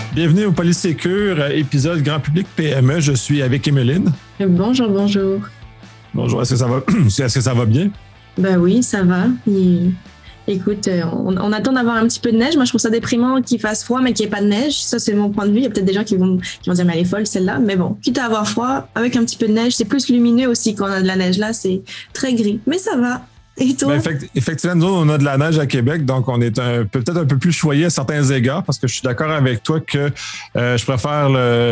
Bienvenue au Polysécure, épisode grand public PME. Je suis avec Emeline. Bonjour. Bonjour, est-ce que ça va bien? Ben oui, ça va. Écoute, on attend d'avoir un petit peu de neige. Moi, je trouve ça déprimant qu'il fasse froid, mais qu'il n'y ait pas de neige. Ça, c'est mon point de vue. Il y a peut-être des gens qui vont dire, mais elle est folle, celle-là. Mais bon, quitte à avoir froid, avec un petit peu de neige, c'est plus lumineux aussi quand on a de la neige. Là, c'est très gris. Mais ça va. Et toi? Effectivement, nous, on a de la neige à Québec, donc on est peut-être un peu plus choyé à certains égards, parce que je suis d'accord avec toi que je préfère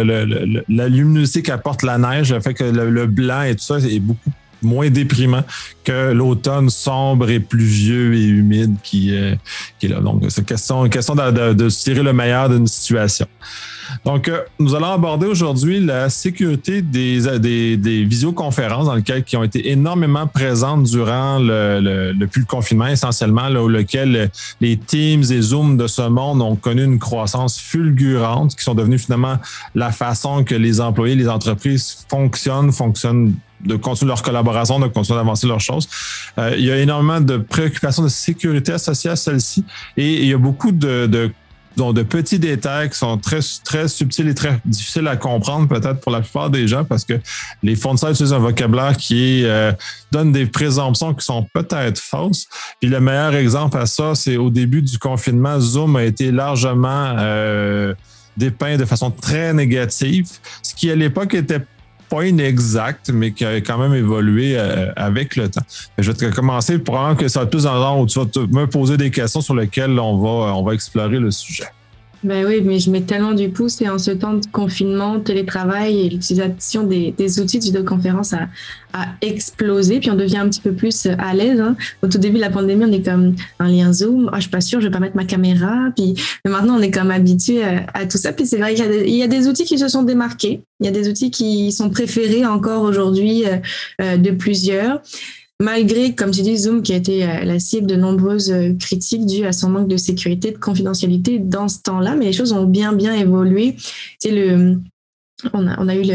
la luminosité qu'apporte la neige, le fait que le blanc et tout ça est beaucoup moins déprimant que l'automne sombre et pluvieux et humide qui est là. Donc, c'est une question de tirer le meilleur d'une situation. Donc, nous allons aborder aujourd'hui la sécurité des visioconférences qui ont été énormément présentes durant depuis le confinement, essentiellement, là, lequel les Teams et Zoom de ce monde ont connu une croissance fulgurante, qui sont devenus finalement la façon que les employés, les entreprises fonctionnent de continuer leur collaboration, de continuer d'avancer leurs choses. Il y a énormément de préoccupations de sécurité associées à celle-ci et il y a beaucoup de petits détails qui sont très, très subtils et très difficiles à comprendre peut-être pour la plupart des gens parce que les fournisseurs utilisent un vocabulaire qui donne des présomptions qui sont peut-être fausses. Puis le meilleur exemple à ça, c'est au début du confinement, Zoom a été largement dépeint de façon très négative, ce qui à l'époque était pas inexact, mais qui a quand même évolué avec le temps. Je vais te commencer pour probablement que ça va plus dans l'ordre où tu vas me poser des questions sur lesquelles on va explorer le sujet. Ben oui, mais je mets tellement du pouce et en ce temps de confinement, télétravail et l'utilisation des outils de vidéoconférence a explosé, puis on devient un petit peu plus à l'aise. Hein. Au tout début de la pandémie, on est comme un lien Zoom, je suis pas sûre, je vais pas mettre ma caméra, puis mais maintenant on est comme habitué à tout ça. Puis c'est vrai qu'il y a des outils qui se sont démarqués, il y a des outils qui sont préférés encore aujourd'hui de plusieurs. Malgré, comme tu dis, Zoom qui a été la cible de nombreuses critiques dues à son manque de sécurité, de confidentialité dans ce temps-là, mais les choses ont bien évolué. C'est on a eu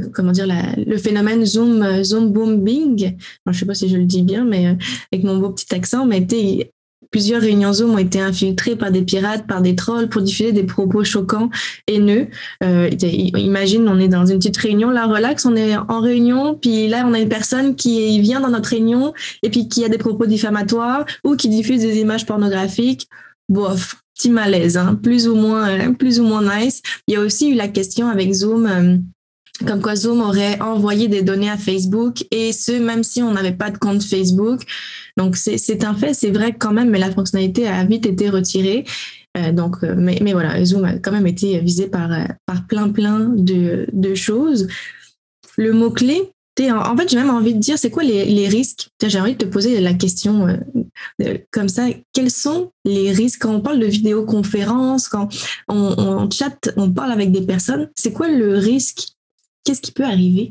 le phénomène Zoom bombing. Alors, je sais pas si je le dis bien, mais avec mon beau petit accent, mais plusieurs réunions Zoom ont été infiltrées par des pirates, par des trolls pour diffuser des propos choquants, haineux. Imagine, on est dans une petite réunion, là, relax, on est en réunion, puis là, on a une personne qui vient dans notre réunion et puis qui a des propos diffamatoires ou qui diffuse des images pornographiques. Bof, petit malaise, hein, plus ou moins nice. Il y a aussi eu la question avec Zoom, comme quoi Zoom aurait envoyé des données à Facebook et ce, même si on n'avait pas de compte Facebook. Donc, c'est un fait, c'est vrai quand même, mais la fonctionnalité a vite été retirée. Mais voilà, Zoom a quand même été visé par plein de choses. Le mot-clé, en fait, j'ai même envie de dire, c'est quoi les risques? J'ai envie de te poser la question comme ça. Quels sont les risques quand on parle de vidéoconférence, quand on chatte, on parle avec des personnes? C'est quoi le risque? Qu'est-ce qui peut arriver?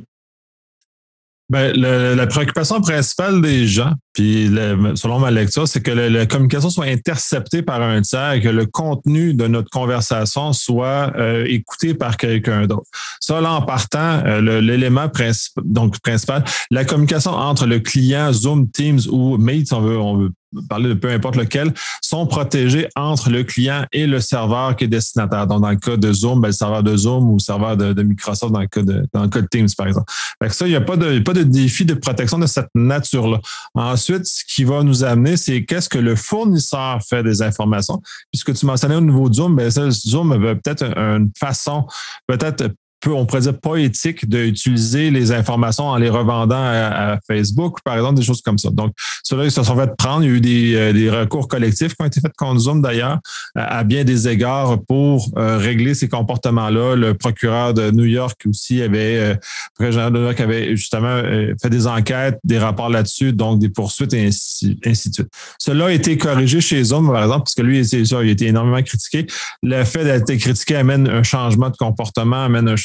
Ben, la préoccupation principale des gens, puis selon ma lecture, c'est que la communication soit interceptée par un tiers et que le contenu de notre conversation soit écouté par quelqu'un d'autre. Ça, là, en partant, l'élément principal, la communication entre le client Zoom, Teams ou Meet, on veut parler de peu importe lequel, sont protégés entre le client et le serveur qui est destinataire. Donc, dans le cas de Zoom, le serveur de Zoom ou le serveur de Microsoft dans le cas de Teams, par exemple. Fait que ça, il n'y a pas de défi de protection de cette nature-là. Ensuite, ce qui va nous amener, c'est qu'est-ce que le fournisseur fait des informations. Puisque tu mentionnais au niveau de Zoom, Zoom avait peut-être une façon, on pourrait dire pas éthique d'utiliser les informations en les revendant à Facebook, par exemple, des choses comme ça. Donc, ceux-là, ils se sont fait prendre. Il y a eu des recours collectifs qui ont été faits contre Zoom, d'ailleurs, à bien des égards pour régler ces comportements-là. Le procureur de New York aussi avait justement fait des enquêtes, des rapports là-dessus, donc des poursuites et ainsi de suite. Cela a été corrigé chez Zoom, par exemple, parce que lui, il a été énormément critiqué. Le fait d'être critiqué amène un changement de comportement, amène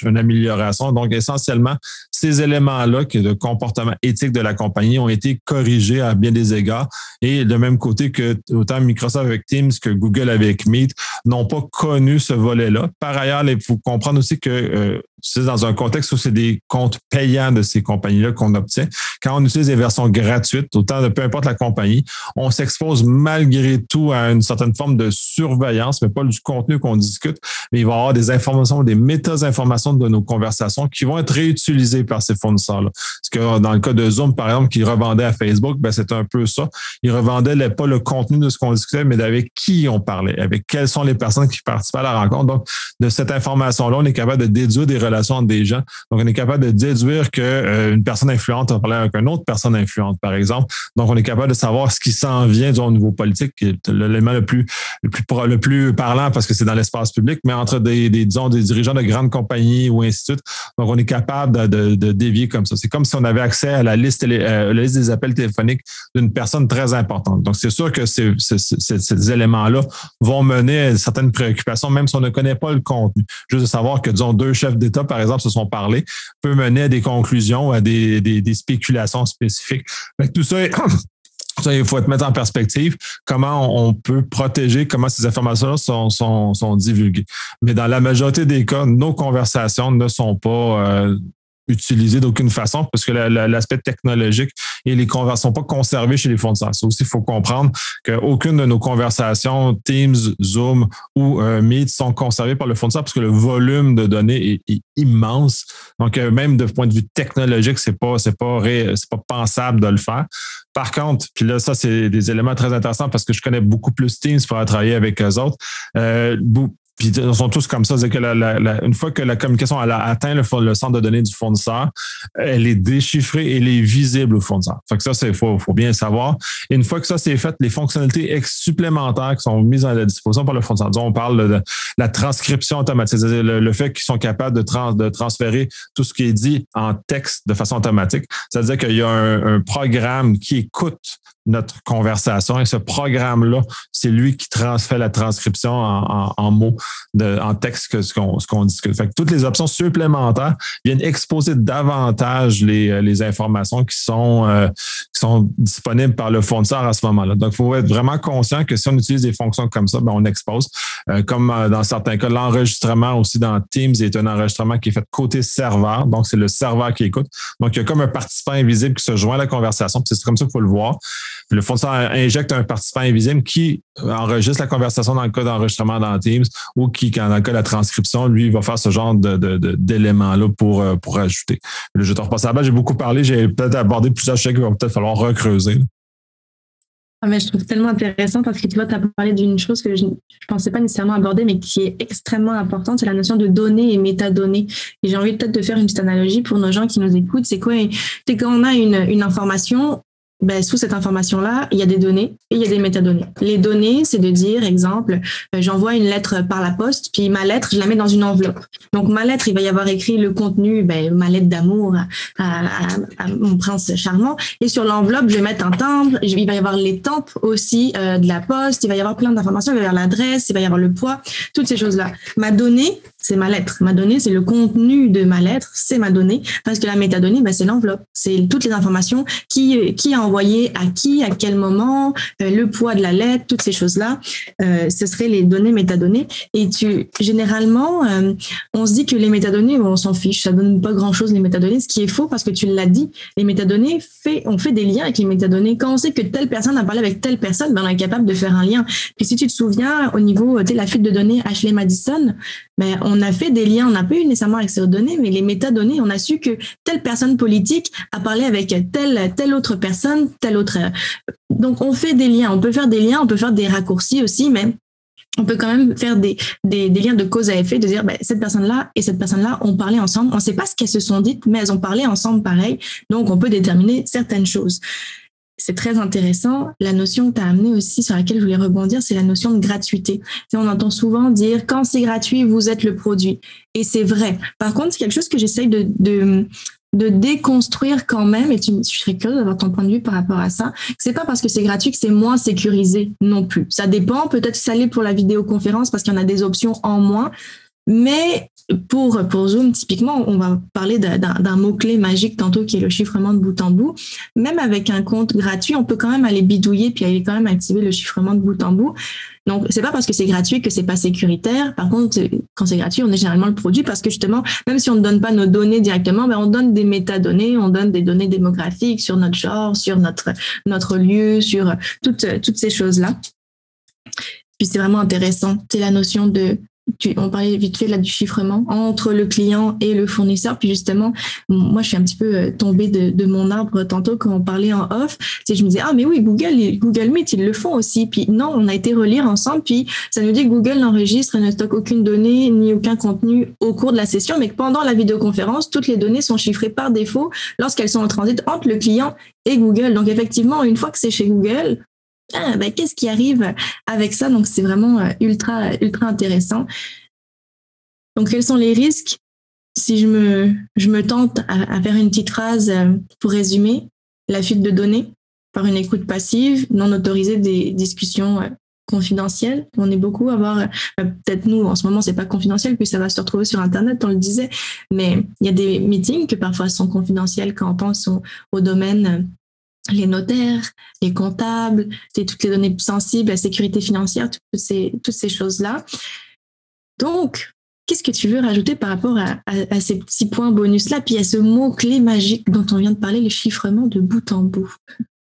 une amélioration. Donc, essentiellement, ces éléments-là de comportement éthique de la compagnie ont été corrigés à bien des égards. Et de même côté que autant Microsoft avec Teams que Google avec Meet n'ont pas connu ce volet-là. Par ailleurs, il faut comprendre aussi que c'est dans un contexte où c'est des comptes payants de ces compagnies-là qu'on obtient. Quand on utilise des versions gratuites, autant de peu importe la compagnie, on s'expose malgré tout à une certaine forme de surveillance, mais pas du contenu qu'on discute, mais il va y avoir des informations, des méta-informations de nos conversations qui vont être réutilisées par ces fournisseurs-là. Parce que dans le cas de Zoom, par exemple, qui revendait à Facebook, ben c'est un peu ça. Ils revendaient pas le contenu de ce qu'on discutait, mais avec qui on parlait, avec quelles sont les personnes qui participaient à la rencontre. Donc, de cette information-là, on est capable de déduire des relations entre des gens. Donc, on est capable de déduire que une personne influente va parler avec une autre personne influente, par exemple. Donc, on est capable de savoir ce qui s'en vient, disons, au niveau politique, qui est l'élément le plus parlant parce que c'est dans l'espace public, mais entre des dirigeants de grandes compagnies ou ainsi de suite. Donc, on est capable de dévier comme ça. C'est comme si on avait accès à la liste des appels téléphoniques d'une personne très importante. Donc, c'est sûr que ces éléments-là vont mener à certaines préoccupations, même si on ne connaît pas le contenu. Juste de savoir que, disons, 2 chefs d'État, par exemple, se sont parlé, peut mener à des conclusions, à des spéculations spécifiques. Donc, tout ça, ça, il faut être mettre en perspective comment on peut protéger, comment ces informations-là sont divulguées. Mais dans la majorité des cas, nos conversations ne sont pas utilisées d'aucune façon parce que l'aspect technologique et les conversations ne sont pas conservées chez les fournisseurs. Ça aussi, il faut comprendre qu'aucune de nos conversations, Teams, Zoom ou Meet sont conservées par le fournisseur parce que le volume de données est immense. Donc, même de point de vue technologique, c'est pas pensable de le faire. Par contre, puis là, ça, c'est des éléments très intéressants parce que je connais beaucoup plus Teams pour travailler avec eux autres. Puis ils sont tous comme ça. C'est que une fois que la communication elle a atteint le centre de données du fournisseur, elle est déchiffrée et elle est visible au fournisseur. Fait que ça, faut bien le savoir. Et une fois que ça c'est fait, les fonctionnalités supplémentaires qui sont mises à la disposition par le fournisseur. Disons, on parle de la transcription automatique, c'est-à-dire le fait qu'ils sont capables de transférer tout ce qui est dit en texte de façon automatique. C'est-à-dire qu'il y a un programme qui écoute notre conversation et ce programme-là, c'est lui qui transfère la transcription en mots, en texte ce qu'on discute. Fait que toutes les options supplémentaires viennent exposer davantage les informations qui sont disponibles par le fournisseur à ce moment-là. Donc, il faut être vraiment conscient que si on utilise des fonctions comme ça, ben on expose. Comme dans certains cas, l'enregistrement aussi dans Teams est un enregistrement qui est fait côté serveur. Donc, c'est le serveur qui écoute. Donc, il y a comme un participant invisible qui se joint à la conversation. Puis c'est comme ça qu'il faut le voir. Puis le fournisseur injecte un participant invisible qui enregistre la conversation dans le cas d'enregistrement dans Teams ou qui, dans le cas de la transcription, lui, va faire ce genre d'éléments-là pour ajouter. Je te repasse à la base, j'ai beaucoup parlé, j'ai peut-être abordé plusieurs sujets qu'il va peut-être falloir recreuser. Ah, mais je trouve tellement intéressant parce que tu vois, tu as parlé d'une chose que je ne pensais pas nécessairement aborder, mais qui est extrêmement importante, c'est la notion de données et métadonnées. Et j'ai envie peut-être de faire une petite analogie pour nos gens qui nous écoutent. C'est quoi? C'est quand on a une information, ben, sous cette information-là, il y a des données et il y a des métadonnées. Les données, c'est de dire, exemple, j'envoie une lettre par la poste, puis ma lettre, je la mets dans une enveloppe. Donc, ma lettre, il va y avoir écrit le contenu, ben, ma lettre d'amour à mon prince charmant. Et sur l'enveloppe, je vais mettre un timbre. Il va y avoir l'étampe aussi de la poste. Il va y avoir plein d'informations. Il va y avoir l'adresse, il va y avoir le poids, toutes ces choses-là. Ma donnée, c'est ma lettre. Ma donnée, c'est le contenu de ma lettre, c'est ma donnée. Parce que la métadonnée, ben, c'est l'enveloppe. C'est toutes les informations qui a envoyé à qui, à quel moment, le poids de la lettre, toutes ces choses-là, ce seraient les données métadonnées. Et généralement, on se dit que les métadonnées, on s'en fiche, ça donne pas grand-chose les métadonnées, ce qui est faux parce que tu l'as dit, les métadonnées, on fait des liens avec les métadonnées. Quand on sait que telle personne a parlé avec telle personne, ben on est capable de faire un lien. Puis si tu te souviens, au niveau de la fuite de données Ashley Madison, ben on a fait des liens, on n'a pas eu nécessairement accès aux données, mais les métadonnées, on a su que telle personne politique a parlé avec telle autre personne, telle autre. Donc, on fait des liens. On peut faire des liens, on peut faire des raccourcis aussi, mais on peut quand même faire des liens de cause à effet, de dire, ben, cette personne-là et cette personne-là ont parlé ensemble. On ne sait pas ce qu'elles se sont dites, mais elles ont parlé ensemble pareil. Donc, on peut déterminer certaines choses. C'est très intéressant. La notion que tu as amenée aussi, sur laquelle je voulais rebondir, c'est la notion de gratuité. On entend souvent dire, quand c'est gratuit, vous êtes le produit. Et c'est vrai. Par contre, c'est quelque chose que j'essaye de déconstruire quand même, et je serais curieuse d'avoir ton point de vue par rapport à ça. C'est pas parce que c'est gratuit que c'est moins sécurisé non plus. Ça dépend, peut-être que ça l'est pour la vidéoconférence parce qu'il y en a des options en moins, Mais pour Zoom, typiquement, on va parler d'un mot-clé magique tantôt qui est le chiffrement de bout en bout. Même avec un compte gratuit, on peut quand même aller bidouiller puis aller quand même activer le chiffrement de bout en bout. Donc, c'est pas parce que c'est gratuit que c'est pas sécuritaire. Par contre, quand c'est gratuit, on est généralement le produit parce que justement, même si on ne donne pas nos données directement, on donne des métadonnées, on donne des données démographiques sur notre genre, sur notre lieu, sur toutes ces choses-là. Puis c'est vraiment intéressant. C'est la notion on parlait vite fait là du chiffrement entre le client et le fournisseur. Puis justement, moi, je suis un petit peu tombée de mon arbre tantôt quand on parlait en off. Je me disais, mais oui, Google Meet, ils le font aussi. Puis non, on a été relire ensemble. Puis ça nous dit que Google n'enregistre et ne stocke aucune donnée ni aucun contenu au cours de la session, mais que pendant la vidéoconférence, toutes les données sont chiffrées par défaut lorsqu'elles sont en transit entre le client et Google. Donc effectivement, une fois que c'est chez Google, qu'est-ce qui arrive avec ça? Donc, c'est vraiment ultra intéressant. Donc, quels sont les risques? Si je me tente à faire une petite phrase pour résumer, la fuite de données par une écoute passive, non autorisée des discussions confidentielles. On est beaucoup à avoir, peut-être nous, en ce moment, c'est pas confidentiel, puis ça va se retrouver sur Internet, on le disait, mais il y a des meetings que parfois sont confidentiels quand on pense au domaine les notaires, les comptables, toutes les données sensibles, la sécurité financière, toutes ces choses-là. Donc, qu'est-ce que tu veux rajouter par rapport à ces petits points bonus-là, puis à ce mot-clé magique dont on vient de parler, le chiffrement de bout en bout?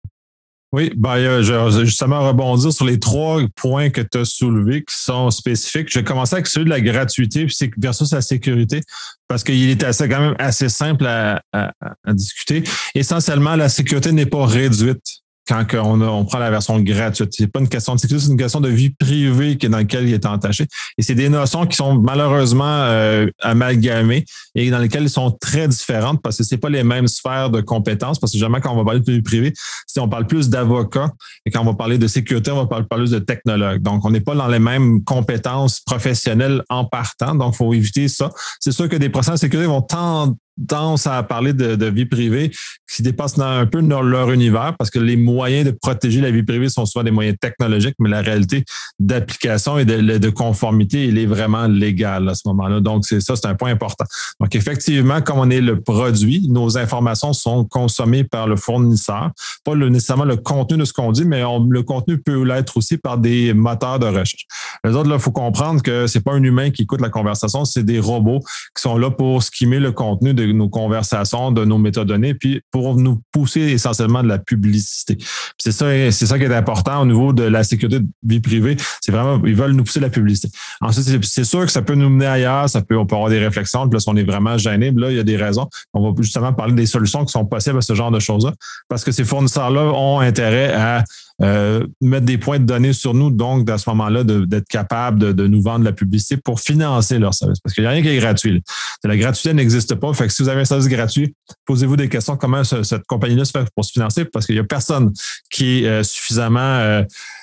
Oui, je vais justement rebondir sur les 3 points que tu as soulevés qui sont spécifiques. Je vais commencer avec celui de la gratuité versus la sécurité parce qu'il est quand même assez simple à discuter. Essentiellement, la sécurité n'est pas réduite quand on prend la version gratuite. C'est pas une question de sécurité, c'est une question de vie privée dans laquelle il est entaché. Et c'est des notions qui sont malheureusement amalgamées et dans lesquelles elles sont très différentes parce que c'est pas les mêmes sphères de compétences. Parce que jamais quand on va parler de vie privée, si on parle plus d'avocats et quand on va parler de sécurité, on va parler plus de technologues. Donc, on n'est pas dans les mêmes compétences professionnelles en partant. Donc, il faut éviter ça. C'est sûr que des procès de sécurité vont tendance à parler de vie privée qui dépassent un peu leur univers parce que les moyens de protéger la vie privée sont souvent des moyens technologiques, mais la réalité d'application et de conformité, il est vraiment légal à ce moment-là. Donc, c'est un point important. Donc, effectivement, comme on est le produit, nos informations sont consommées par le fournisseur. Pas nécessairement le contenu de ce qu'on dit, mais le contenu peut l'être aussi par des moteurs de recherche. Les autres, là, il faut comprendre que c'est pas un humain qui écoute la conversation, c'est des robots qui sont là pour skimmer le contenu de nos conversations, de nos métadonnées, puis pour nous pousser essentiellement de la publicité. C'est ça qui est important au niveau de la sécurité de vie privée. C'est vraiment, ils veulent nous pousser de la publicité. Ensuite, c'est sûr que ça peut nous mener ailleurs, on peut avoir des réflexions, puis là, si on est vraiment gêné, là, il y a des raisons. On va justement parler des solutions qui sont possibles à ce genre de choses-là, parce que ces fournisseurs-là ont intérêt à mettre des points de données sur nous, donc à ce moment-là, d'être capable de nous vendre de la publicité pour financer leur service. Parce qu'il n'y a rien qui est gratuit. Là. La gratuité n'existe pas. Fait que si vous avez un service gratuit, posez-vous des questions comment cette compagnie-là se fait pour se financer, parce qu'il n'y a personne qui est suffisamment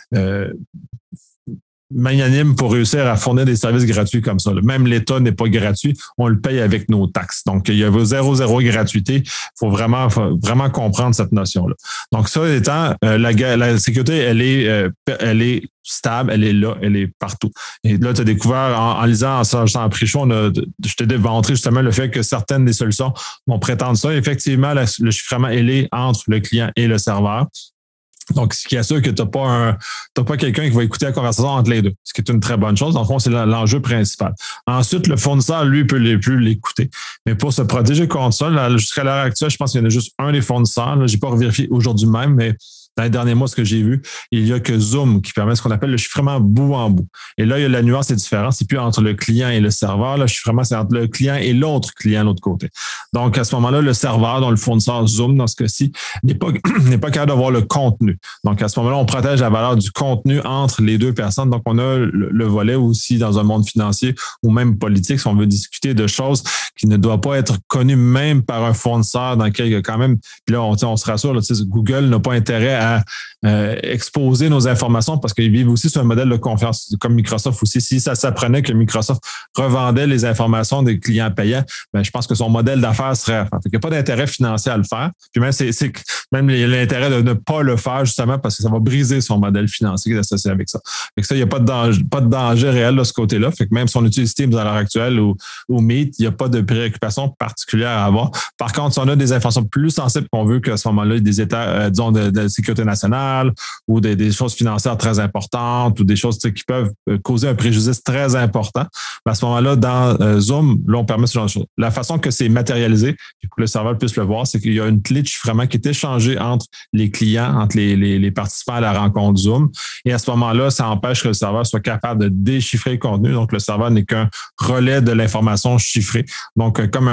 magnanime pour réussir à fournir des services gratuits comme ça. Même l'État n'est pas gratuit, on le paye avec nos taxes. Donc, il y a 0,0 gratuité. Il faut vraiment comprendre cette notion-là. Donc, ça étant, la sécurité, elle est stable, elle est là, elle est partout. Et là, tu as découvert, en lisant en Prichon, je t'ai démontré justement le fait que certaines des solutions vont prétendre ça. Effectivement, le chiffrement, elle est entre le client et le serveur. Donc, ce qui assure que tu n'as pas quelqu'un qui va écouter la conversation entre les deux, ce qui est une très bonne chose. Dans le fond, c'est l'enjeu principal. Ensuite, le fournisseur, lui, peut plus l'écouter. Mais pour se protéger contre ça, jusqu'à l'heure actuelle, je pense qu'il y en a juste un des fournisseurs. Je n'ai pas revérifié aujourd'hui même, mais dans les derniers mois, ce que j'ai vu, il y a que Zoom qui permet ce qu'on appelle le chiffrement bout en bout. Et là, il y a la nuance est différente. C'est plus entre le client et le serveur. Le chiffrement, c'est entre le client et l'autre client de l'autre côté. Donc, à ce moment-là, le serveur, dont le fournisseur Zoom, dans ce cas-ci, n'est pas capable d'avoir le contenu. Donc, à ce moment-là, on protège la valeur du contenu entre les deux personnes. Donc, on a le volet aussi dans un monde financier ou même politique, si on veut discuter de choses qui ne doivent pas être connues même par un fournisseur dans lequel il y a quand même, puis là, on se rassure, là, Google n'a pas intérêt à exposer nos informations parce qu'ils vivent aussi sur un modèle de confiance comme Microsoft aussi. Si ça s'apprenait que Microsoft revendait les informations des clients payants, je pense que son modèle d'affaires serait... Il n'y a pas d'intérêt financier à le faire. Puis même, même il y a l'intérêt de ne pas le faire justement parce que ça va briser son modèle financier qui est associé avec ça. Fait que ça, il n'y a pas de danger réel de ce côté-là. Fait que même si on utilise Teams à l'heure actuelle ou Meet, il n'y a pas de préoccupation particulière à avoir. Par contre, si on a des informations plus sensibles qu'on veut qu'à ce moment-là, des états, disons, de sécurité nationale ou des choses financières très importantes ou des choses qui peuvent causer un préjudice très important, à ce moment-là, dans Zoom, là, on permet ce genre de choses. La façon que c'est matérialisé, pour que le serveur puisse le voir, c'est qu'il y a une clé de chiffrement qui est échangée entre les clients, entre les participants à la rencontre Zoom. Et à ce moment-là, ça empêche que le serveur soit capable de déchiffrer le contenu. Donc, le serveur n'est qu'un relais de l'information chiffrée. Donc, comme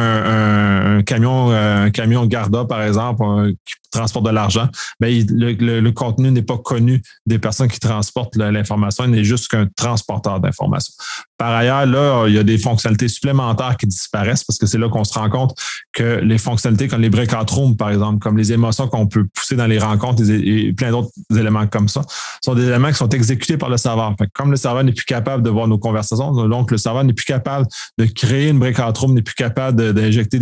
un camion Garda, par exemple, qui transporte de l'argent, mais le contenu n'est pas connu des personnes qui transportent l'information, il n'est juste qu'un transporteur d'informations. Par ailleurs, là, il y a des fonctionnalités supplémentaires qui disparaissent parce que c'est là qu'on se rend compte que les fonctionnalités comme les breakout rooms, par exemple, comme les émotions qu'on peut pousser dans les rencontres et plein d'autres éléments comme ça, sont des éléments qui sont exécutés par le serveur. Fait que comme le serveur n'est plus capable de voir nos conversations, donc le serveur n'est plus capable de créer une breakout room, n'est plus capable d'injecter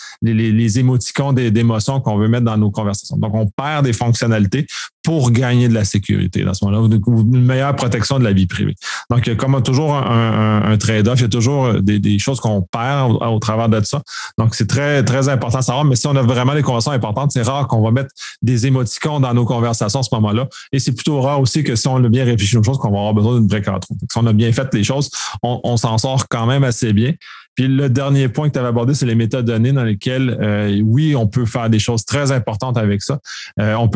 les émoticônes d'émotions qu'on veut mettre dans nos conversations. Donc, on perd des fonctionnalités pour gagner de la sécurité dans ce moment-là, ou une meilleure protection de la vie privée. Donc, il y a comme toujours un trade-off, il y a toujours des choses qu'on perd au travers de ça. Donc, c'est très, très important à savoir, mais si on a vraiment des conversations importantes, c'est rare qu'on va mettre des émoticônes dans nos conversations à ce moment-là. Et c'est plutôt rare aussi que si on a bien réfléchi aux choses, qu'on va avoir besoin d'une breakout room. Si on a bien fait les choses, on s'en sort quand même assez bien. Puis le dernier point que tu avais abordé, c'est les métadonnées dans lesquelles, oui, on peut faire des choses très importantes avec ça. On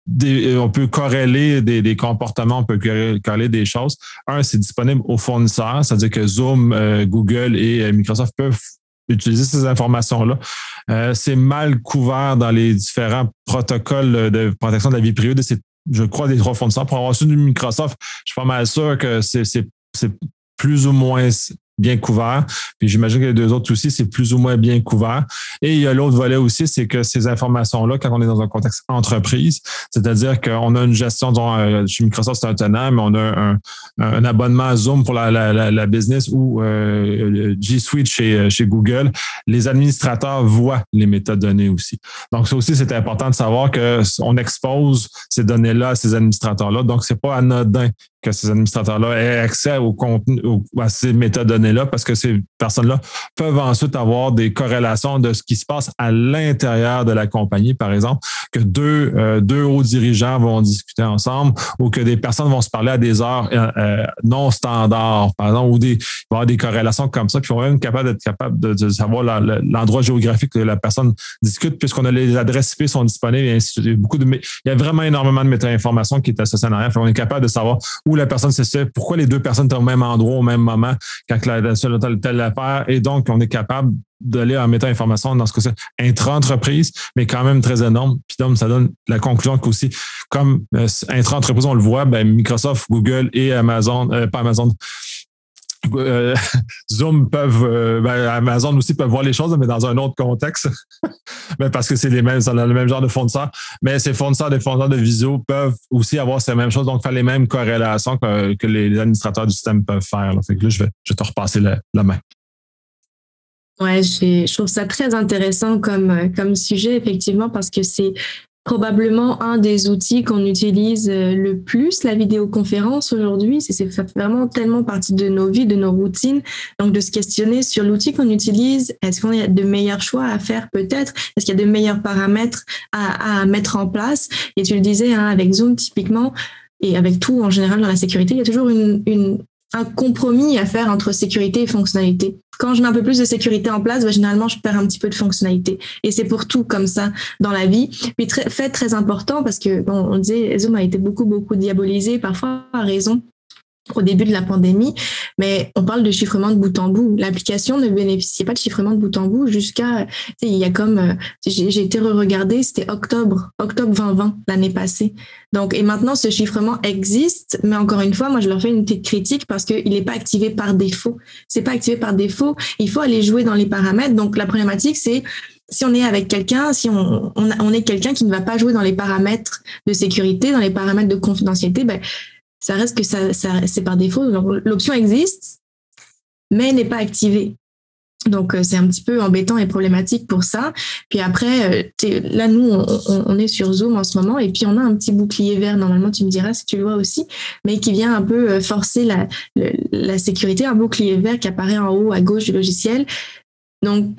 peut corréler des comportements, on peut corréler des choses. C'est disponible aux fournisseurs, c'est-à-dire que Zoom, Google et Microsoft peuvent utiliser ces informations-là. C'est mal couvert dans les différents protocoles de protection de la vie privée je crois, des 3 fournisseurs. Pour avoir celui de Microsoft, je suis pas mal sûr que c'est plus ou moins bien couvert. Puis j'imagine que les 2 autres aussi, c'est plus ou moins bien couvert. Et il y a l'autre volet aussi, c'est que ces informations-là, quand on est dans un contexte entreprise, c'est-à-dire qu'on a une gestion, dont chez Microsoft, c'est un tenant, mais on a un abonnement Zoom pour la business ou G Suite chez Google, les administrateurs voient les métadonnées aussi. Donc, ça aussi, c'est important de savoir qu'on expose ces données-là à ces administrateurs-là. Donc, c'est pas anodin que ces administrateurs-là aient accès au contenu, à ces métadonnées-là, parce que ces personnes-là peuvent ensuite avoir des corrélations de ce qui se passe à l'intérieur de la compagnie, par exemple, que deux hauts dirigeants vont discuter ensemble ou que des personnes vont se parler à des heures non standards, par exemple, ou il va y avoir des corrélations comme ça, puis on va même être capable de savoir l'endroit géographique que la personne discute, puisqu'on a les adresses IP sont disponibles et ainsi de suite. Il y a vraiment énormément de méta-informations qui est associée en arrière. On est capable de savoir où la personne se situe, pourquoi les 2 personnes étaient au même endroit, au même moment, quand telle affaire, et donc on est capable d'aller en mettant information dans ce que c'est intra-entreprise, mais quand même très énorme. Puis donc, ça donne la conclusion qu'aussi, comme intra-entreprise, on le voit, Microsoft, Google et Amazon, pas Amazon, Zoom Amazon aussi peuvent voir les choses, mais dans un autre contexte. Mais parce que c'est le même genre de fournisseurs. Mais ces fournisseurs, des fournisseurs de visio peuvent aussi avoir ces mêmes choses, donc faire les mêmes corrélations que les administrateurs du système peuvent faire. Là. Fait que là, je vais te repasser la main. Ouais, je trouve ça très intéressant comme sujet, effectivement, parce que c'est probablement un des outils qu'on utilise le plus, la vidéoconférence aujourd'hui. Ça fait vraiment tellement partie de nos vies, de nos routines. Donc, de se questionner sur l'outil qu'on utilise. Est-ce qu'on a de meilleurs choix à faire peut-être? Est-ce qu'il y a de meilleurs paramètres à mettre en place? Et tu le disais, avec Zoom typiquement, et avec tout en général dans la sécurité, il y a toujours un compromis à faire entre sécurité et fonctionnalité. Quand je mets un peu plus de sécurité en place, généralement, je perds un petit peu de fonctionnalité. Et c'est pour tout comme ça dans la vie. Puis fait très important parce que, on disait, Zoom a été beaucoup, beaucoup diabolisé, parfois à raison, au début de la pandémie, mais on parle de chiffrement de bout en bout. L'application ne bénéficiait pas de chiffrement de bout en bout jusqu'à, il y a comme, j'ai été re-regarder, c'était octobre 2020, l'année passée. Donc, et maintenant, ce chiffrement existe, mais encore une fois, moi, je leur fais une petite critique parce qu'il n'est pas activé par défaut. C'est pas activé par défaut. Il faut aller jouer dans les paramètres. Donc, la problématique, c'est si on est avec quelqu'un, si on est quelqu'un qui ne va pas jouer dans les paramètres de sécurité, dans les paramètres de confidentialité, ça reste que ça c'est par défaut. Donc, l'option existe, mais n'est pas activée. Donc, c'est un petit peu embêtant et problématique pour ça. Puis après, là, nous, on est sur Zoom en ce moment et puis on a un petit bouclier vert, normalement, tu me diras si tu le vois aussi, mais qui vient un peu forcer la sécurité, un bouclier vert qui apparaît en haut à gauche du logiciel. Donc,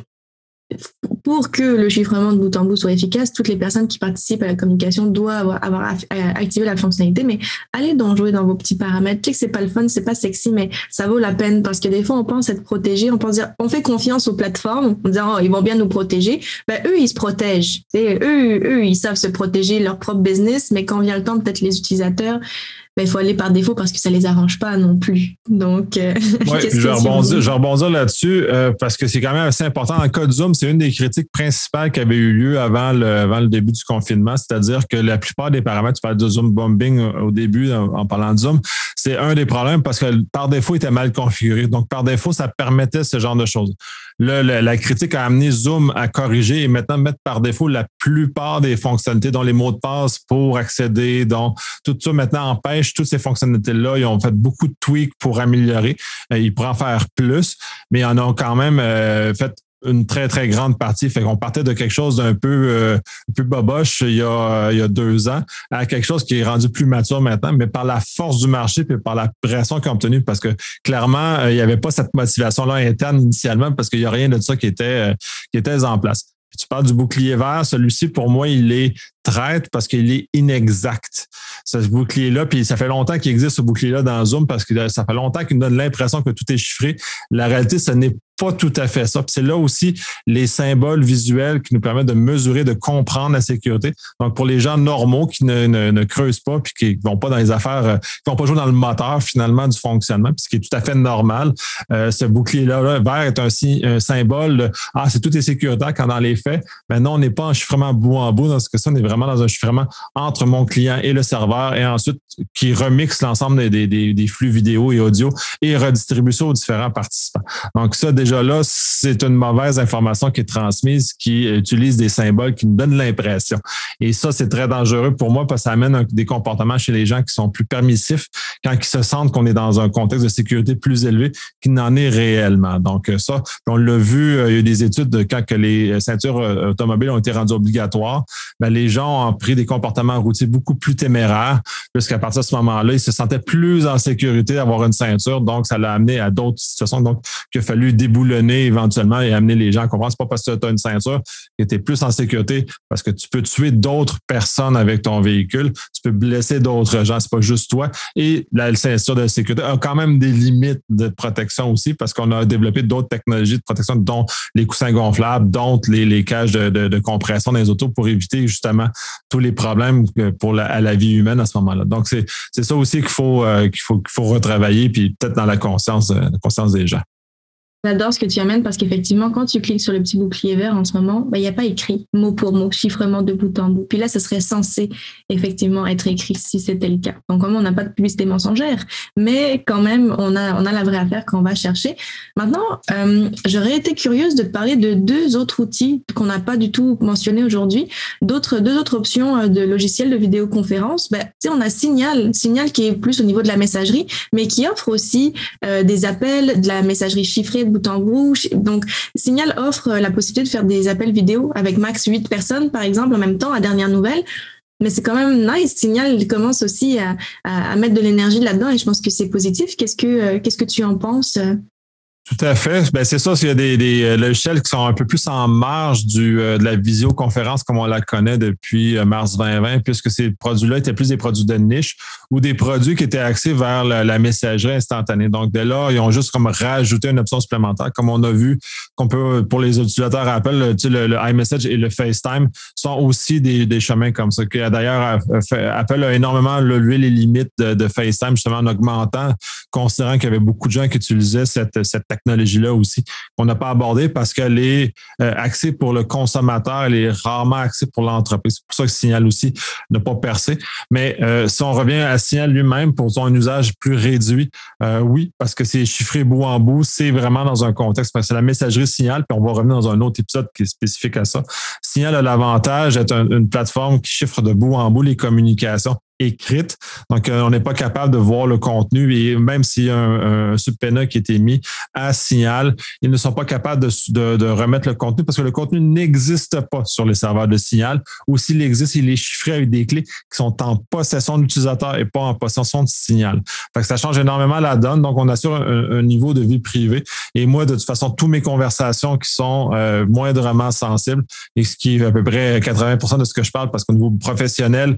pour que le chiffrement de bout en bout soit efficace, toutes les personnes qui participent à la communication doivent avoir activé la fonctionnalité, mais allez donc jouer dans vos petits paramètres. Tu sais que c'est pas le fun, c'est pas sexy, mais ça vaut la peine parce que des fois, on pense être protégé, on pense dire, on fait confiance aux plateformes, en disant, oh, ils vont bien nous protéger. Ben, eux, ils se protègent. Eux, ils savent se protéger leur propre business, mais quand vient le temps, peut-être les utilisateurs, ben, il faut aller par défaut parce que ça les arrange pas non plus. Donc, je vais rebondir là-dessus parce que c'est quand même assez important. Dans le cas de Zoom, c'est une des critiques principales qui avait eu lieu avant le début du confinement, c'est-à-dire que la plupart des paramètres, tu parles de Zoom bombing au début en parlant de Zoom, c'est un des problèmes parce que par défaut, il était mal configuré. Donc, par défaut, ça permettait ce genre de choses. Là, la critique a amené Zoom à corriger et maintenant mettre par défaut la plupart des fonctionnalités, dont les mots de passe pour accéder, dont tout ça maintenant empêche toutes ces fonctionnalités-là. Ils ont fait beaucoup de tweaks pour améliorer. Ils pourraient en faire plus, mais ils en ont quand même fait une très, très grande partie. Fait qu'on partait de quelque chose d'un peu boboche il y a 2 ans à quelque chose qui est rendu plus mature maintenant, mais par la force du marché puis par la pression qu'ils ont obtenue, parce que clairement, il n'y avait pas cette motivation-là interne initialement parce qu'il n'y a rien de ça qui était en place. Puis tu parles du bouclier vert, celui-ci, pour moi, il est traite parce qu'il est inexact. Ce bouclier-là, puis ça fait longtemps qu'il existe ce bouclier-là dans Zoom parce que ça fait longtemps qu'il nous donne l'impression que tout est chiffré. La réalité, ce n'est pas tout à fait ça. Puis c'est là aussi les symboles visuels qui nous permettent de mesurer, de comprendre la sécurité. Donc, pour les gens normaux qui ne creusent pas puis qui vont pas dans les affaires, qui vont pas jouer dans le moteur finalement du fonctionnement, puis ce qui est tout à fait normal, ce bouclier-là vert est un symbole de « Ah, c'est tout est sécuritaire » quand dans les faits, maintenant, on n'est pas en chiffrement bout en bout. Dans ce cas-ci, on est vraiment dans un chiffrement entre mon client et le serveur et ensuite qui remixe l'ensemble des flux vidéo et audio et redistribue ça aux différents participants. Donc, ça, déjà là, c'est une mauvaise information qui est transmise, qui utilise des symboles qui nous donnent l'impression. Et ça, c'est très dangereux pour moi parce que ça amène des comportements chez les gens qui sont plus permissifs quand ils se sentent qu'on est dans un contexte de sécurité plus élevé qu'il n'en est réellement. Donc ça, on l'a vu, il y a eu des études de quand que les ceintures automobiles ont été rendues obligatoires, ben, les gens ont pris des comportements routiers beaucoup plus téméraires puisqu'à partir de ce moment-là, ils se sentaient plus en sécurité d'avoir une ceinture. Donc, ça l'a amené à d'autres situations. Donc, qu'il a fallu déboulonner éventuellement et amener les gens à comprendre. C'est pas parce que tu as une ceinture que tu es plus en sécurité parce que tu peux tuer d'autres personnes avec ton véhicule. Tu peux blesser d'autres gens. C'est pas juste toi. Et la ceinture de sécurité a quand même des limites de protection aussi parce qu'on a développé d'autres technologies de protection, dont les coussins gonflables, dont les cages de compression dans les autos pour éviter justement tous les problèmes à la vie humaine à ce moment-là. Donc, c'est ça aussi qu'il faut retravailler puis peut-être dans la conscience des gens. J'adore ce que tu amènes parce qu'effectivement, quand tu cliques sur le petit bouclier vert en ce moment, il n'y a pas écrit mot pour mot, chiffrement de bout en bout. Puis là, ce serait censé effectivement être écrit si c'était le cas. Donc, comme on n'a pas de publicité mensongère, mais quand même, on a la vraie affaire qu'on va chercher. Maintenant, j'aurais été curieuse de te parler de 2 autres outils qu'on n'a pas du tout mentionnés aujourd'hui. Deux autres options de logiciels de vidéoconférence. Tu sais, on a Signal qui est plus au niveau de la messagerie, mais qui offre aussi des appels, de la messagerie chiffrée bout en bout. Donc, Signal offre la possibilité de faire des appels vidéo avec max 8 personnes, par exemple, en même temps, à dernière nouvelle. Mais c'est quand même nice. Signal commence aussi à mettre de l'énergie là-dedans et je pense que c'est positif. Qu'est-ce que tu en penses? Tout à fait. Ben, c'est ça, il y a des logiciels qui sont un peu plus en marge de la visioconférence comme on la connaît depuis mars 2020, puisque ces produits-là étaient plus des produits de niche ou des produits qui étaient axés vers la messagerie instantanée. Donc, dès là, ils ont juste comme rajouté une option supplémentaire, comme on a vu qu'on peut, pour les utilisateurs Apple, tu sais, le iMessage et le FaceTime sont aussi des chemins comme ça. D'ailleurs, Apple a énormément levé les limites de FaceTime, justement en augmentant, considérant qu'il y avait beaucoup de gens qui utilisaient cette technologie-là aussi, qu'on n'a pas abordée parce qu'elle est axée pour le consommateur, elle est rarement axée pour l'entreprise. C'est pour ça que Signal aussi n'a pas percé. Mais si on revient à Signal lui-même pour son usage plus réduit, oui, parce que c'est chiffré bout en bout, c'est vraiment dans un contexte, parce que c'est la messagerie Signal, puis on va revenir dans un autre épisode qui est spécifique à ça. Signal a l'avantage d'être une plateforme qui chiffre de bout en bout les communications écrite. Donc, on n'est pas capable de voir le contenu et même s'il y a un subpoena qui a été mis à Signal, ils ne sont pas capables de remettre le contenu parce que le contenu n'existe pas sur les serveurs de Signal ou s'il existe, il est chiffré avec des clés qui sont en possession de l'utilisateur et pas en possession de Signal. Fait que ça change énormément la donne. Donc, on assure un niveau de vie privée. Et moi, de toute façon, toutes mes conversations qui sont moindrement sensibles et ce qui est à peu près 80% de ce que je parle parce qu'au niveau professionnel,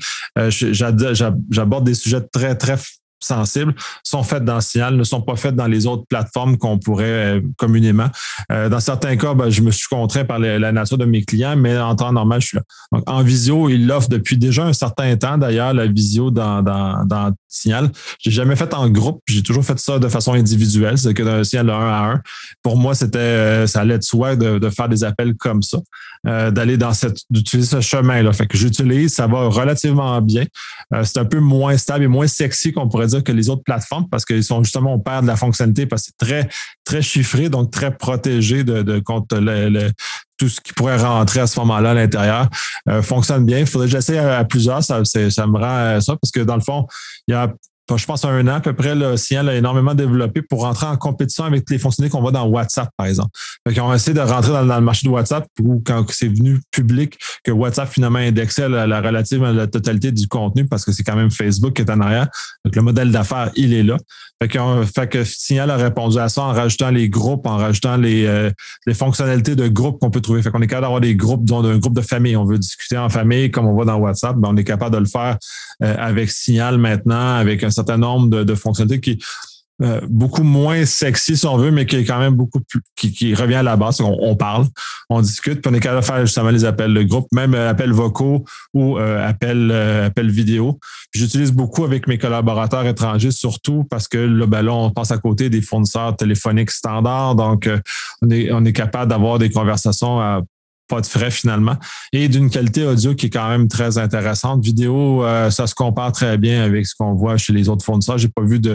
j'aborde des sujets très, très sensibles, sont faites dans Signal, ne sont pas faites dans les autres plateformes qu'on pourrait communément. Dans certains cas, je me suis contraint par la nature de mes clients, mais en temps normal, je suis là. Donc, en visio, il l'offre depuis déjà un certain temps, d'ailleurs, la visio dans Signal. J'ai jamais fait en groupe, j'ai toujours fait ça de façon individuelle, c'est que d'un Signal de 1 à 1. Pour moi, ça allait de soi de faire des appels comme ça, d'utiliser ce chemin-là. Fait que j'utilise, ça va relativement bien. C'est un peu moins stable et moins sexy qu'on pourrait dire que les autres plateformes parce qu'ils sont justement, on perd de la fonctionnalité parce que c'est très, très chiffré, donc très protégé contre tout ce qui pourrait rentrer à ce moment-là à l'intérieur. Fonctionne bien. Il faudrait que j'essaie à plusieurs, ça me rend ça parce que dans le fond, il y a je pense, 1 an à peu près, le Signal a énormément développé pour rentrer en compétition avec les fonctionnalités qu'on voit dans WhatsApp, par exemple. Ils ont essayé de rentrer dans le marché de WhatsApp ou quand c'est venu public que WhatsApp finalement indexait la relative à la totalité du contenu parce que c'est quand même Facebook qui est en arrière. Donc, le modèle d'affaires, il est là. Fait que Signal a répondu à ça en rajoutant les groupes, en rajoutant les fonctionnalités de groupe qu'on peut trouver. Fait qu'on est capable d'avoir des groupes, disons, d'un groupe de famille. On veut discuter en famille comme on voit dans WhatsApp. On est capable de le faire avec Signal maintenant, avec un certain nombre de fonctionnalités qui beaucoup moins sexy si on veut, mais qui est quand même beaucoup plus, qui revient à la base. On parle, on discute, puis on est capable de faire justement les appels de groupe, même appels vocaux ou appels vidéo. J'utilise beaucoup avec mes collaborateurs étrangers, surtout parce que là, on passe à côté des fournisseurs téléphoniques standards, donc on est capable d'avoir des conversations à pas de frais finalement, et d'une qualité audio qui est quand même très intéressante. Vidéo, ça se compare très bien avec ce qu'on voit chez les autres fournisseurs. J'ai pas vu de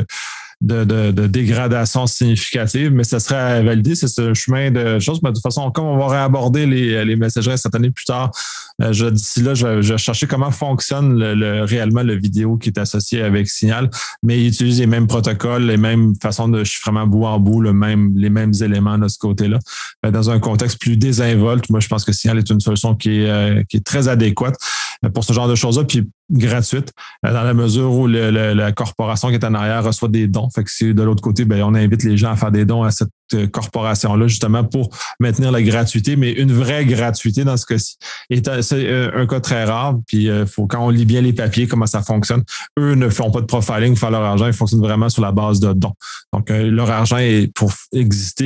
dégradation significative, mais ça serait à valider. C'est un chemin de choses. Mais de toute façon, comme on va réaborder les messageries cette année plus tard, d'ici là, je vais chercher comment fonctionne réellement le vidéo qui est associé avec Signal, mais il utilise les mêmes protocoles, les mêmes façons de chiffrement bout en bout, les mêmes éléments de ce côté-là. Dans un contexte plus désinvolte, moi, je pense que Signal est une solution qui est très adéquate pour ce genre de choses-là, puis gratuite, dans la mesure où la corporation qui est en arrière reçoit des dons. Fait que si de l'autre côté, on invite les gens à faire des dons à cette corporation-là, justement pour maintenir la gratuité, mais une vraie gratuité dans ce cas-ci. C'est un cas très rare, puis quand on lit bien les papiers, comment ça fonctionne, eux ne font pas de profiling pour faire leur argent, ils fonctionnent vraiment sur la base de dons. Donc, leur argent pour existe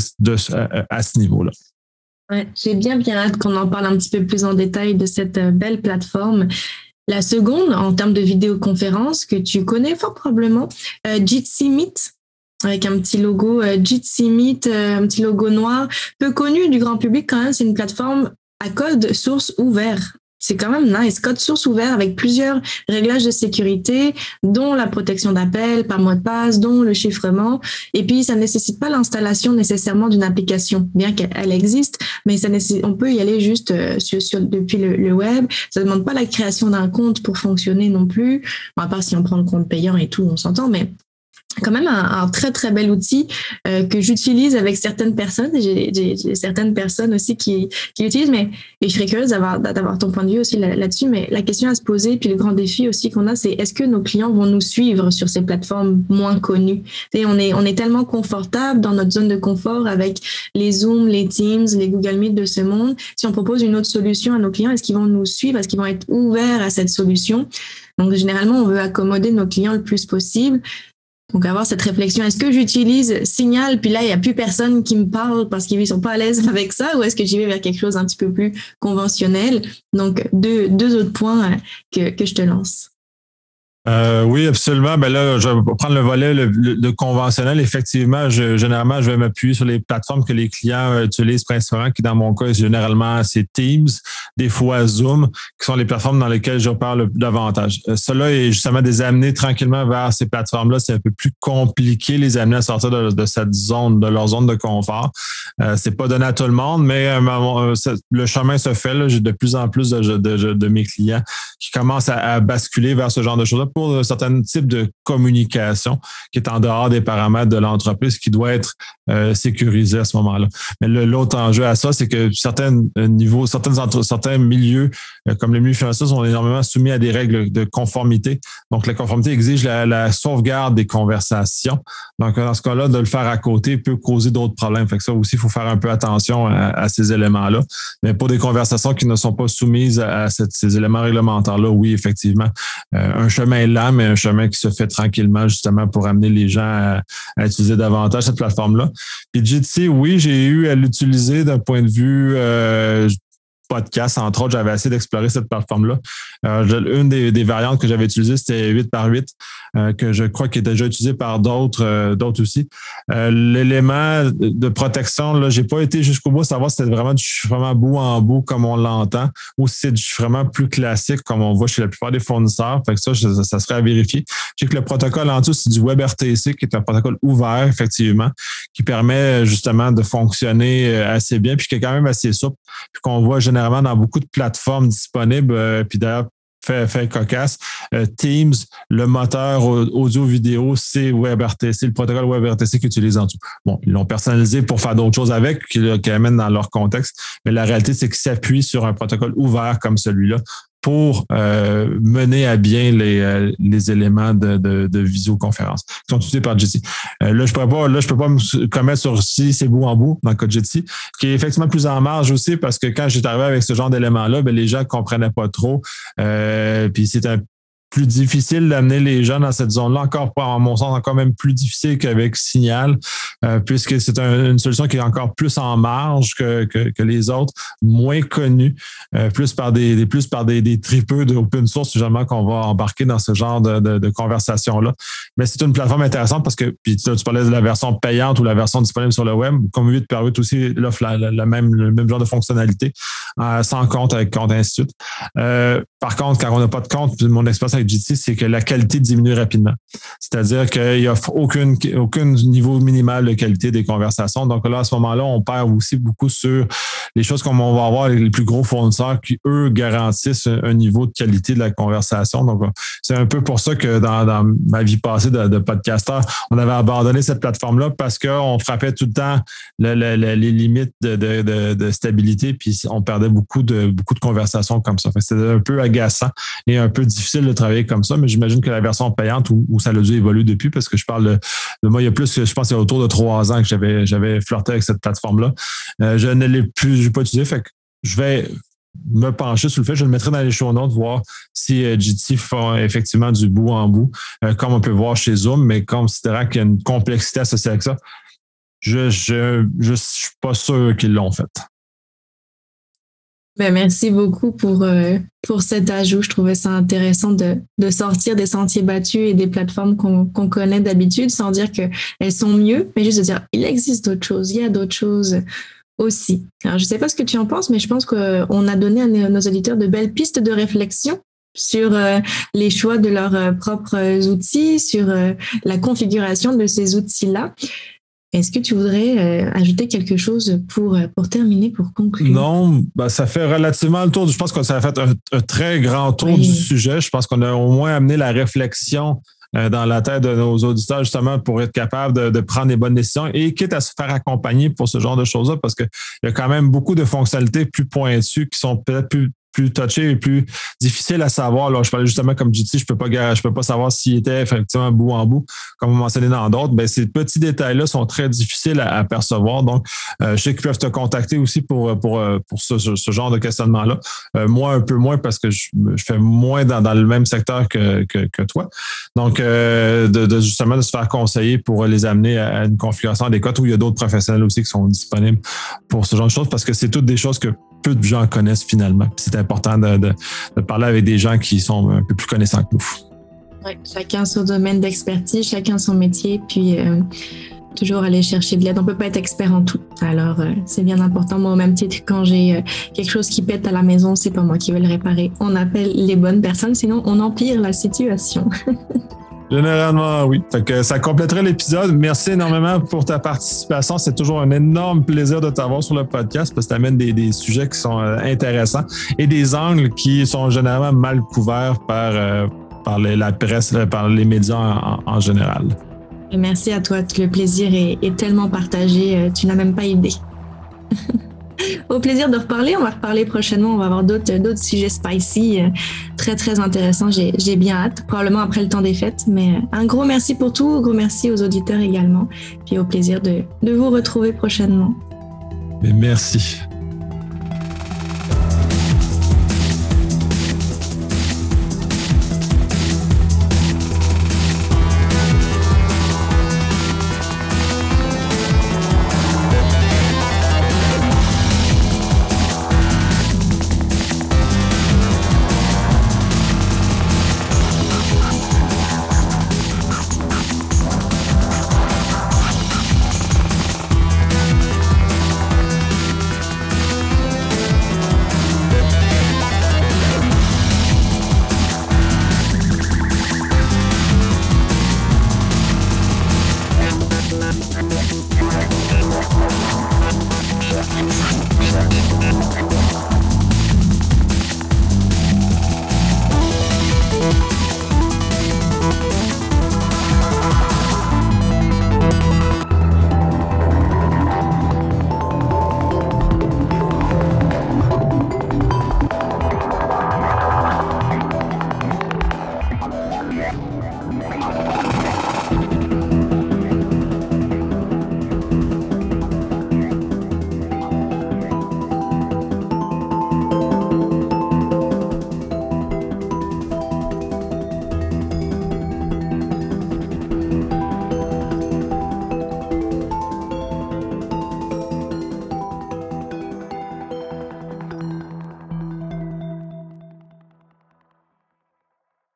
à ce niveau-là. Ouais, j'ai bien hâte qu'on en parle un petit peu plus en détail de cette belle plateforme. La seconde, en termes de vidéoconférence, que tu connais fort probablement, Jitsi Meet, avec un petit logo Jitsi Meet, un petit logo noir, peu connu du grand public quand même. C'est une plateforme à code source ouvert. C'est quand même nice, code source ouvert avec plusieurs réglages de sécurité, dont la protection d'appel par mot de passe, dont le chiffrement. Et puis, ça ne nécessite pas l'installation nécessairement d'une application, bien qu'elle existe, mais on peut y aller juste depuis le web. Ça ne demande pas la création d'un compte pour fonctionner non plus, bon, à part si on prend le compte payant et tout, on s'entend, mais quand même un très très bel outil que j'utilise avec certaines personnes. J'ai certaines personnes aussi qui l'utilisent, mais je serais curieuse d'avoir ton point de vue aussi là-dessus. Mais la question à se poser, puis le grand défi aussi qu'on a, c'est est-ce que nos clients vont nous suivre sur ces plateformes moins connues? Et on est tellement confortable dans notre zone de confort avec les Zoom, les Teams, les Google Meet de ce monde. Si on propose une autre solution à nos clients, est-ce qu'ils vont nous suivre? Est-ce qu'ils vont être ouverts à cette solution? Donc généralement, on veut accommoder nos clients le plus possible. Donc, avoir cette réflexion, est-ce que j'utilise Signal, puis là, il n'y a plus personne qui me parle parce qu'ils ne sont pas à l'aise avec ça, ou est-ce que j'y vais vers quelque chose un petit peu plus conventionnel? Donc, deux autres points que je te lance. Oui, absolument. Là, je vais prendre le volet le conventionnel. Effectivement, généralement, je vais m'appuyer sur les plateformes que les clients utilisent principalement, qui dans mon cas, généralement, c'est Teams, des fois Zoom, qui sont les plateformes dans lesquelles je parle davantage. Cela est justement des amener tranquillement vers ces plateformes-là. C'est un peu plus compliqué les amener à sortir de cette zone, de leur zone de confort. C'est pas donné à tout le monde, mais le chemin se fait. Là. J'ai de plus en plus de mes clients qui commence à basculer vers ce genre de choses-là pour un certain type de communication qui est en dehors des paramètres de l'entreprise qui doit être sécurisé à ce moment-là. Mais l'autre enjeu à ça, c'est que certains milieux, comme les milieux financiers, sont énormément soumis à des règles de conformité. Donc, la conformité exige la sauvegarde des conversations. Donc, dans ce cas-là, de le faire à côté peut causer d'autres problèmes. Fait que ça aussi, il faut faire un peu attention à ces éléments-là. Mais pour des conversations qui ne sont pas soumises à ces éléments réglementaires-là, oui, effectivement, un chemin est là, mais un chemin qui se fait tranquillement, justement, pour amener les gens à utiliser davantage cette plateforme-là. Puis Jitsi, oui, j'ai eu à l'utiliser d'un point de vue podcast, entre autres, j'avais essayé d'explorer cette plateforme-là. Une des variantes que j'avais utilisées, c'était 8x8, que je crois qu'il est déjà utilisé par d'autres aussi. L'élément de protection, là, j'ai pas été jusqu'au bout, savoir si c'était vraiment du chiffrement bout en bout comme on l'entend, ou si c'est du chiffrement plus classique comme on voit chez la plupart des fournisseurs. Fait que ça serait à vérifier. Je sais que le protocole en dessous, c'est du WebRTC, qui est un protocole ouvert, effectivement, qui permet justement de fonctionner assez bien, puis qui est quand même assez souple, puis qu'on voit généralement dans beaucoup de plateformes disponibles, puis d'ailleurs, fait cocasse. Teams, le moteur audio-vidéo, c'est WebRTC, le protocole WebRTC qu'ils utilisent en dessous. Bon, ils l'ont personnalisé pour faire d'autres choses avec, qu'ils amènent dans leur contexte, mais la réalité, c'est qu'ils s'appuient sur un protocole ouvert comme celui-là pour mener à bien les éléments de visioconférence qui sont utilisés par Jitsi. Là, je peux pas me commettre sur si c'est bout en bout dans le cas de Jitsi, qui est effectivement plus en marge aussi parce que quand j'étais arrivé avec ce genre d'éléments-là, ben les gens comprenaient pas trop. Puis c'est un plus difficile d'amener les gens dans cette zone-là, encore pas, à mon sens, encore même plus difficile qu'avec Signal, puisque c'est une solution qui est encore plus en marge que les autres, moins connue, plus par des tripeux d'open source, généralement, qu'on va embarquer dans ce genre de conversation-là. Mais c'est une plateforme intéressante parce que, puis tu parlais de la version payante ou la version disponible sur le web, comme 8x8 aussi l'offre le même genre de fonctionnalité, sans compte, avec compte, ainsi de suite. Par contre, quand on n'a pas de compte, mon expérience avec Jitsi, c'est que la qualité diminue rapidement. C'est-à-dire qu'il n'y a aucun niveau minimal de qualité des conversations. Donc là, à ce moment-là, on perd aussi beaucoup sur les choses comme on va avoir les plus gros fournisseurs qui, eux, garantissent un niveau de qualité de la conversation. Donc, c'est un peu pour ça que dans ma vie passée de podcasteur, on avait abandonné cette plateforme-là parce qu'on frappait tout le temps les limites de stabilité, puis on perdait beaucoup de conversations comme ça. C'était un peu agaçant et un peu difficile de travailler comme ça, mais j'imagine que la version payante où ça a dû évoluer depuis, parce que je parle de moi, il y a plus, je pense qu'il y a autour de 3 ans que j'avais flirté avec cette plateforme-là. Je ne l'ai plus, je n'ai pas utilisé, fait que je vais me pencher sur le fait, je le mettrai dans les show notes, voir si Jitsi font effectivement du bout en bout, comme on peut voir chez Zoom, mais considérant qu'il y a une complexité associée avec ça, je suis pas sûr qu'ils l'ont fait. Ben, merci beaucoup pour cet ajout. Je trouvais ça intéressant de sortir des sentiers battus et des plateformes qu'on connaît d'habitude sans dire qu'elles sont mieux, mais juste de dire il existe d'autres choses, il y a d'autres choses aussi. Alors, je ne sais pas ce que tu en penses, mais je pense qu'on a donné à nos auditeurs de belles pistes de réflexion sur les choix de leurs propres outils, sur la configuration de ces outils-là. Est-ce que tu voudrais ajouter quelque chose pour terminer, pour conclure? Non, ça fait relativement le tour. Je pense que ça a fait un très grand tour du sujet. Je pense qu'on a au moins amené la réflexion dans la tête de nos auditeurs, justement, pour être capable de prendre les bonnes décisions et quitte à se faire accompagner pour ce genre de choses-là, parce qu'il y a quand même beaucoup de fonctionnalités plus pointues qui sont peut-être plus touché et plus difficile à savoir. Là, je parlais justement comme Jitsi, je peux pas savoir s'il était effectivement bout en bout, comme on mentionnait dans d'autres. Ben, ces petits détails-là sont très difficiles à percevoir. Donc, je sais qu'ils peuvent te contacter aussi pour ce genre de questionnement-là. Moi, un peu moins parce que je fais moins dans le même secteur que toi. Donc, justement de se faire conseiller pour les amener à une configuration adéquate où il y a d'autres professionnels aussi qui sont disponibles pour ce genre de choses parce que c'est toutes des choses que peu de gens connaissent finalement. Puis c'est important de parler avec des gens qui sont un peu plus connaissants que nous. Oui, chacun son domaine d'expertise, chacun son métier, puis toujours aller chercher de l'aide. On ne peut pas être expert en tout. Alors, c'est bien important. Moi, au même titre, quand j'ai quelque chose qui pète à la maison, c'est pas moi qui vais le réparer. On appelle les bonnes personnes, sinon on empire la situation. Généralement, oui. Fait que ça compléterait l'épisode. Merci énormément pour ta participation. C'est toujours un énorme plaisir de t'avoir sur le podcast parce que tu amènes des sujets qui sont intéressants et des angles qui sont généralement mal couverts par la presse, par les médias en général. Et merci à toi. Le plaisir est tellement partagé. Tu n'as même pas idée. Au plaisir de reparler. On va reparler prochainement. On va avoir d'autres sujets spicy, très, très intéressants. J'ai bien hâte, probablement après le temps des fêtes. Mais un gros merci pour tout. Un gros merci aux auditeurs également. Puis au plaisir de vous retrouver prochainement. Mais merci.